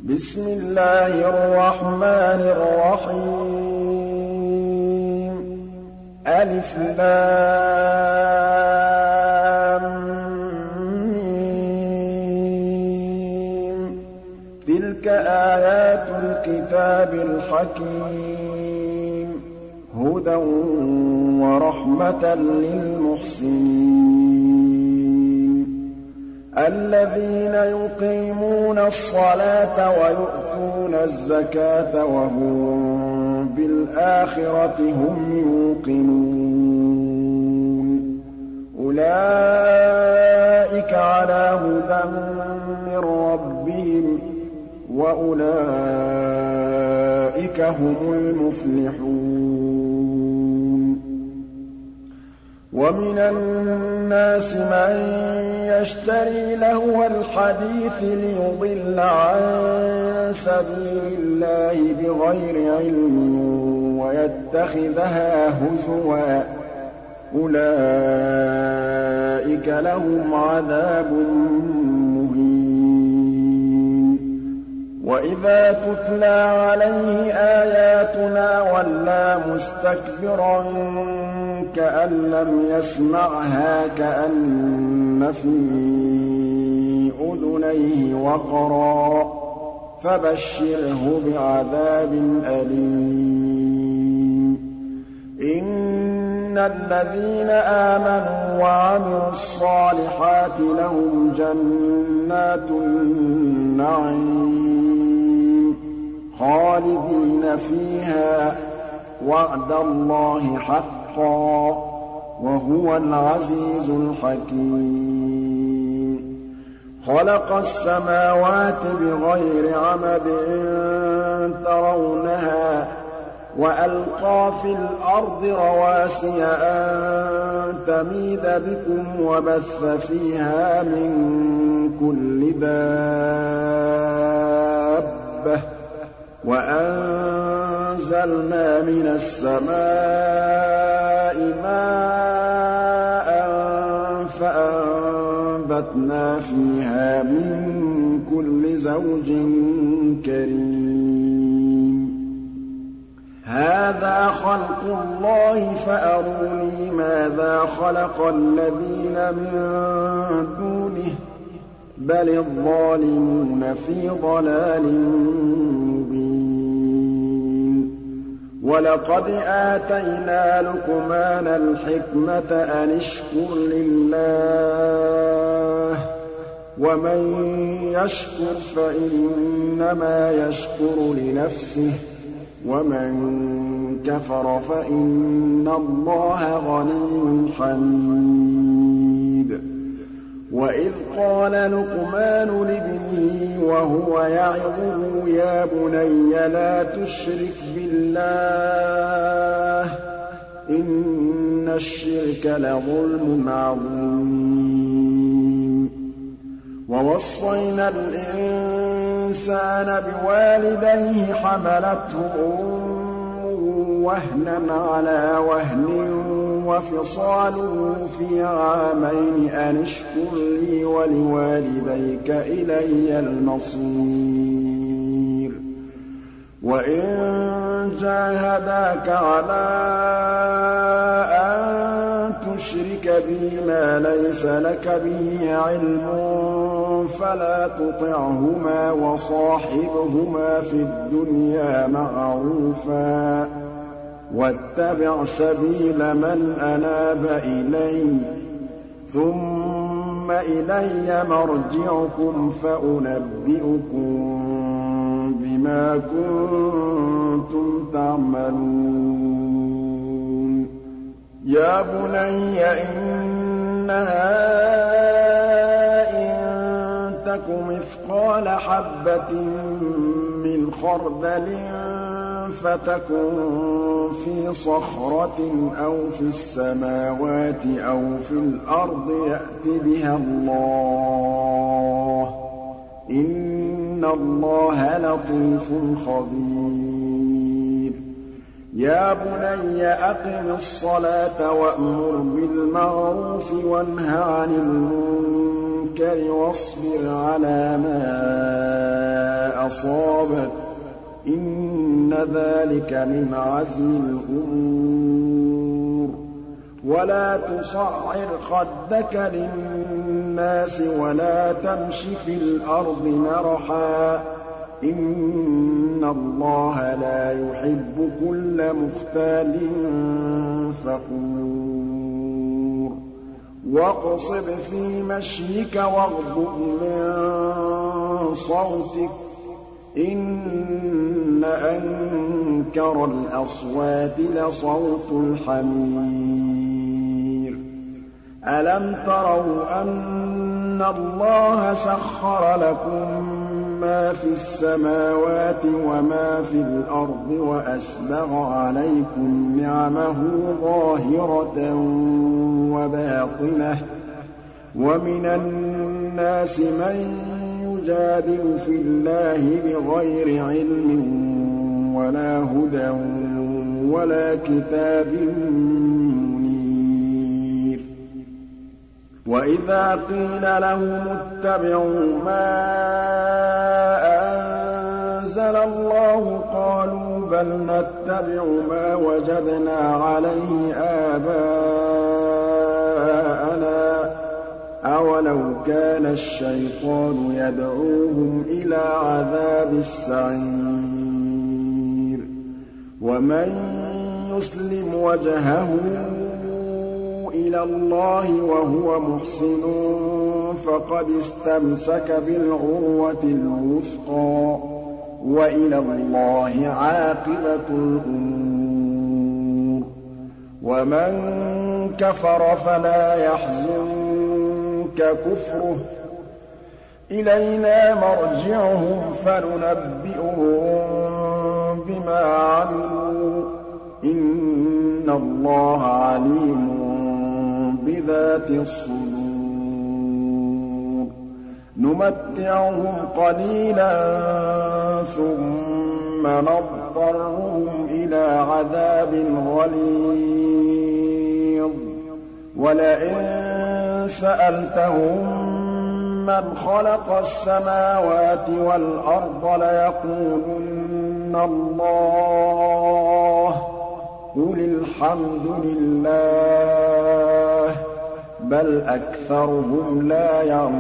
بسم الله الرحمن الرحيم ألف لام ميم تلك آيات الكتاب الحكيم هدى ورحمة للمحسنين الذين يقيمون الصلاة ويؤتون الزكاة وهم بالآخرة هم يوقنون أولئك على هدى من ربهم وأولئك هم المفلحون ومن الناس من يشتري لهو الحديث ليضل عن سبيل الله بغير علم ويتخذها هزوا أولئك لهم عذاب مهين وإذا تتلى عليه آياتنا ولى مستكبرا كأن لم يسمعها كأن في أذنيه وقرا فبشره بعذاب أليم إن الذين آمنوا وعملوا الصالحات لهم جنات النعيم خالدين فيها وعد الله حقا وهو العزيز الحكيم خلق السماوات بغير عمد ترونها وألقى في الأرض رواسي أن تميد بكم وبث فيها من كل دابة وأنزلنا من السماء ماء فأنبتنا فيها من كل زوج كريم هذا خلق الله فأروني ماذا خلق الذين من دونه بل الظالمون في ضلال مبين ولقد آتينا لقمان الحكمة أن اشكر لله ومن يشكر فإنما يشكر لنفسه ومن كفر فإن الله غني حميد وإذ قال لقمان لابنه وهو يعظه يا بني لا تشرك بالله إن الشرك لظلم عظيم ووصينا الإنسان بوالديه حملته أمه وهنا على وهن وفصاله في عامين أن اشكر لي ولوالديك إلي المصير وإن جاهداك على أن تشرك بي ما ليس لك به علم فلا تطعهما وصاحبهما في الدنيا معروفا واتبع سبيل من أناب إلي ثم إلي مرجعكم فأنبئكم بما كنتم تعملون يا بني إنها إن تك مثقال حبة من خردل فتكن في صخرة أو في السماوات أو في الأرض يأت بها الله إن الله لطيف خبير يا بني أقم الصلاة وأمر بالمعروف وانه عن المنكر واصبر على ما أصابك أَصَابَتْ ۚ إِنَّ ذَٰلِكَ مِنْ عَزْمِ الْأُمُورِ وَلَا تُصَعِّرْ خَدَّكَ لِلنَّاسِ وَلَا تَمْشِ في الْأَرْضِ مَرَحًا ۖ إِنَّ اللَّهَ لَا يُحِبُّ كُلَّ مُخْتَالٍ فَخُورٍ وَاقْصِدْ فِي مَشْيِكَ وَاغْضُضْ مِن صَوْتِكَ ۚ إِنَّ أَنكَرَ الْأَصْوَاتِ لَصَوْتُ الْحَمِيرِ أَلَمْ تَرَوْا أَنَّ اللَّهَ سَخَّرَ لَكُم مَّا فِي السَّمَاوَاتِ وَمَا فِي الْأَرْضِ وَأَسْبَغَ عَلَيْكُمْ نِعَمَهُ ظَاهِرَةً وَبَاطِنَةً ۗ وَمِنَ النَّاسِ مَن يُجَادِلُ فِي اللَّهِ بِغَيْرِ عِلْمٍ وَلَا هُدًى وَلَا كِتَابٍ مُّنِيرٍ وَإِذَا قِيلَ لَهُمُ اتَّبِعُوا مَا أَنزَلَ اللَّهُ قَالُوا بَلْ نَتَّبِعُ مَا وَجَدْنَا عَلَيْهِ آبَاءَنَا ۚ أَوَلَوْ كَانَ الشَّيْطَانُ يَدْعُوهُمْ إِلَىٰ عَذَابِ السَّعِيرِ وَمَن يُسْلِمْ وَجْهَهُ إِلَى اللَّهِ وَهُوَ مُحْسِنٌ فَقَدِ اسْتَمْسَكَ بِالْعُرْوَةِ الْوُثْقَىٰ ۗ وَإِلَى اللَّهِ عَاقِبَةُ الْأُمُورِ وَمَن كَفَرَ فَلَا يَحْزُنكَ كُفْرُهُ ۚ إِلَيْنَا مَرْجِعُهُمْ فَنُنَبِّئُهُم بِمَا عَمِلُوا ۚ إِنَّ اللَّهَ عَلِيمٌ بِذَاتِ الصُّدُورِ نُمَتِّعُهُمْ قَلِيلًا ثُمَّ نَضْطَرُّهُمْ إِلَىٰ عَذَابٍ غَلِيظٍ وَلَئِن سَأَلْتَهُم مَّنْ خَلَقَ السَّمَاوَاتِ وَالْأَرْضَ لَيَقُولُنَّ اللَّهُ ۚ قُلِ الْحَمْدُ لِلَّهِ ۚ بَلْ أَكْثَرُهُمْ لَا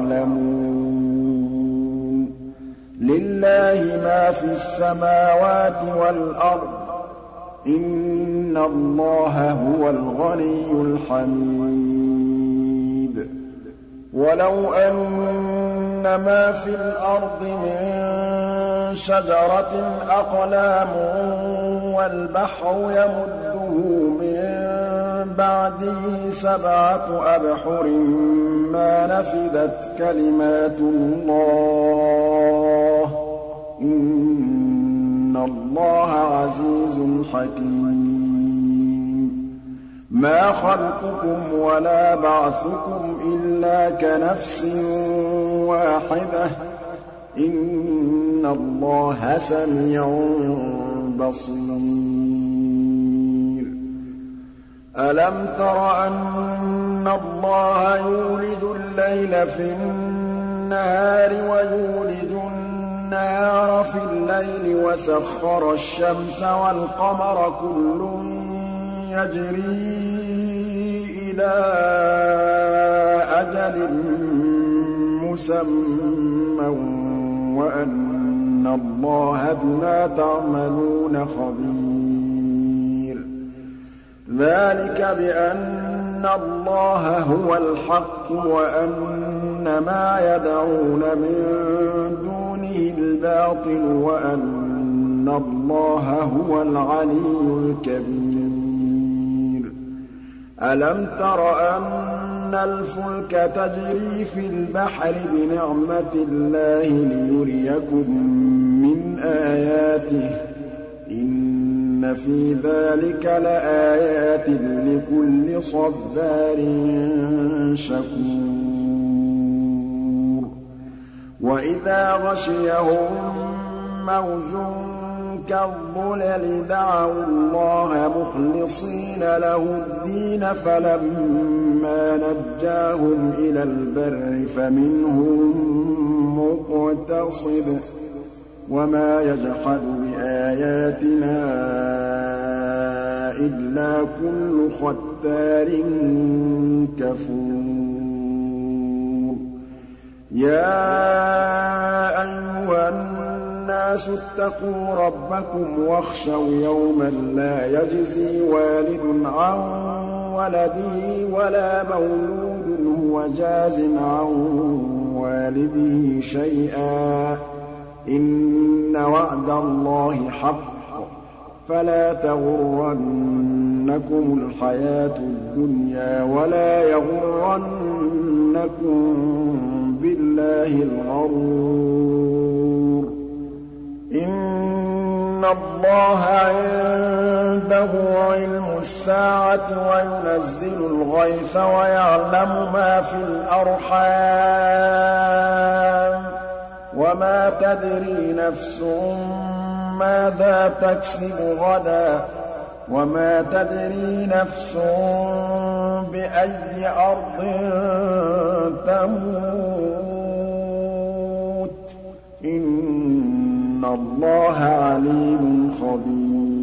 يَعْلَمُونَ لِلَّهِ مَا فِي السَّمَاوَاتِ وَالْأَرْضِ ۚ إِنَّ اللَّهَ هُوَ الْغَنِيُّ الْحَمِيدُ وَلَوْ أَنَّ مَا فِي الْأَرْضِ مِن شَجَرَةٍ أَقْلَامٌ وَالْبَحْرُ يَمُدُّهُ مِن بَعْدِهِ سَبْعَةُ أَبْحُرٍ مَّا نَفِدَتْ كَلِمَاتُ اللَّهِ ۗ إِنَّ اللَّهَ عَزِيزٌ حَكِيمٌ مَا خَلْقُكُمْ وَلَا بَعْثُكُمْ إِلَّا كَنَفْسٍ وَاحِدَةٍ ۗ إِنَّ اللَّهَ سَمِيعٌ بَصِيرٌ أَلَمْ تَرَ أَنَّ اللَّهَ يُولِجُ اللَّيْلَ فِي النَّهَارِ وَيُولِجُ النَّهَارَ في اللَّيْلِ وَسَخَّرَ الشَّمْسَ وَالْقَمَرَ كُلٌّ يَجْرِي إِلَىٰ أَجَلٍ مُّسَمًّى وَأَنَّ اللَّهَ بِمَا تَعْمَلُونَ خَبِيرٌ ذَٰلِكَ بِأَنَّ اللَّهَ هُوَ الْحَقُّ وَأَنَّ مَا يَدْعُونَ مِن دُونِهِ الْبَاطِلُ وَأَنَّ اللَّهَ هُوَ الْعَلِيُّ الْكَبِيرُ أَلَمْ تَرَ أَنَّ الْفُلْكَ تَجْرِي فِي الْبَحْرِ بِنِعْمَتِ اللَّهِ لِيُرِيَكُم مِّنْ آيَاتِهِ ۚ إِنَّ فِي ذَٰلِكَ لَآيَاتٍ لِّكُلِّ صَبَّارٍ شَكُورٍ وَإِذَا غَشِيَهُم مَّوْجٌ كَالظُّلَلِ دَعَوُا اللَّهَ مُخْلِصِينَ لَهُ الدِّينَ فَلَمَّا نَجَّاهُمْ إِلَى الْبَرِّ فَمِنْهُم مُّقْتَصِدٌ وَمَا يَجْحَدُ بِآيَاتِنَا إِلَّا كُلُّ خَتَّارٍ كَفُورٍ يَا أَيُّهَا النَّاسُ اتَّقُوا رَبَّكُمْ وَاخْشَوْا يَوْمًا لَّا يَجْزِي وَالِدٌ عَن وَلَدِهِ وَلَا مَوْلُودٌ هُوَ جَازٍ عَن وَالِدِهِ شَيْئًا ۚ إِنَّ وَعْدَ اللَّهِ حَقٌّ ۖ فَلَا تَغُرَّنَّكُمُ الْحَيَاةُ الدُّنْيَا وَلَا يَغُرَّنَّكُم بِاللَّهِ الْغَرُورُ إِنَّ اللَّهَ عِندَهُ عِلْمُ السَّاعَةِ وَيُنَزِّلُ الْغَيْثَ وَيَعْلَمُ مَا فِي الْأَرْحَامِ ۖ وَمَا تَدْرِي نَفْسٌ مَّاذَا تَكْسِبُ غَدًا ۖ وَمَا تَدْرِي نَفْسٌ بِأَيِّ أَرْضٍ تَمُوتُ ۚ إِنَّ اللَّهَ عَلِيمٌ خَبِيرٌ